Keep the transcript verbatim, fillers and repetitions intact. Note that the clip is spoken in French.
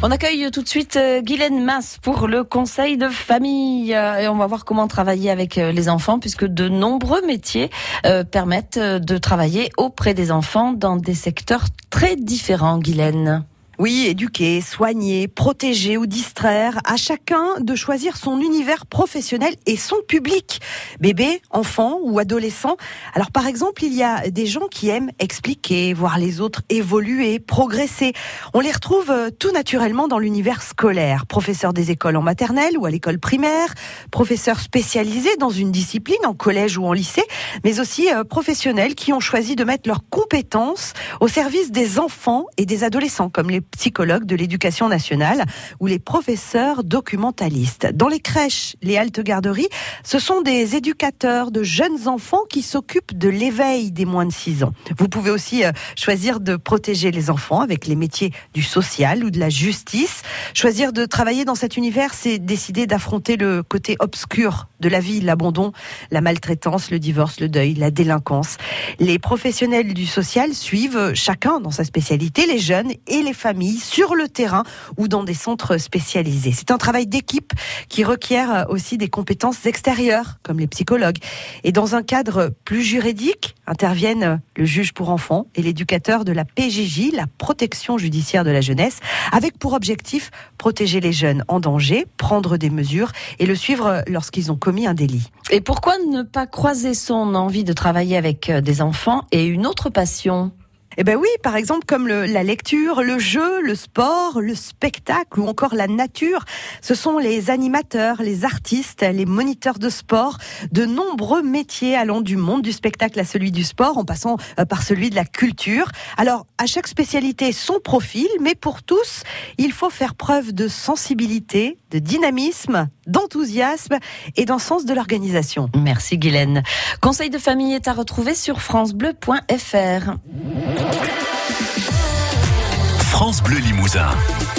On accueille tout de suite Guylaine Mas pour le conseil de famille et on va voir comment travailler avec les enfants puisque de nombreux métiers euh, permettent de travailler auprès des enfants dans des secteurs très différents, Guylaine. Oui, éduquer, soigner, protéger ou distraire, à chacun de choisir son univers professionnel et son public. Bébé, enfant ou adolescent. Alors par exemple, il y a des gens qui aiment expliquer, voir les autres évoluer, progresser. On les retrouve tout naturellement dans l'univers scolaire. Professeurs des écoles en maternelle ou à l'école primaire, professeurs spécialisés dans une discipline en collège ou en lycée, mais aussi euh, professionnels qui ont choisi de mettre leurs compétences au service des enfants et des adolescents, comme les psychologues de l'éducation nationale ou les professeurs documentalistes. Dans les crèches, les haltes-garderies, ce sont des éducateurs de jeunes enfants qui s'occupent de l'éveil des moins de six ans. Vous pouvez aussi euh, choisir de protéger les enfants avec les métiers du social ou de la justice. Choisir de travailler dans cet univers, c'est décider d'affronter le côté obscur de la vie, l'abandon, la maltraitance, le divorce, le deuil, la délinquance. Les professionnels du social suivent chacun dans sa spécialité, les jeunes et les familles sur le terrain ou dans des centres spécialisés. C'est un travail d'équipe qui requiert aussi des compétences extérieures, comme les psychologues. Et dans un cadre plus juridique, interviennent le juge pour enfants et l'éducateur de la P J J, la protection judiciaire de la jeunesse, avec pour objectif protéger les jeunes en danger, prendre des mesures et le suivre lorsqu'ils ont commis un délit. Et pourquoi ne pas croiser son envie de travailler avec des enfants et une autre passion ? Eh ben oui, par exemple comme le, la lecture, le jeu, le sport, le spectacle ou encore la nature. Ce sont les animateurs, les artistes, les moniteurs de sport, de nombreux métiers allant du monde du spectacle à celui du sport, en passant par celui de la culture. Alors, à chaque spécialité, son profil, mais pour tous, il faut faire preuve de sensibilité, de dynamisme, d'enthousiasme et d'un sens de l'organisation. Merci Guylaine. Conseil de famille est à retrouver sur francebleu point f r. France Bleu Limousin.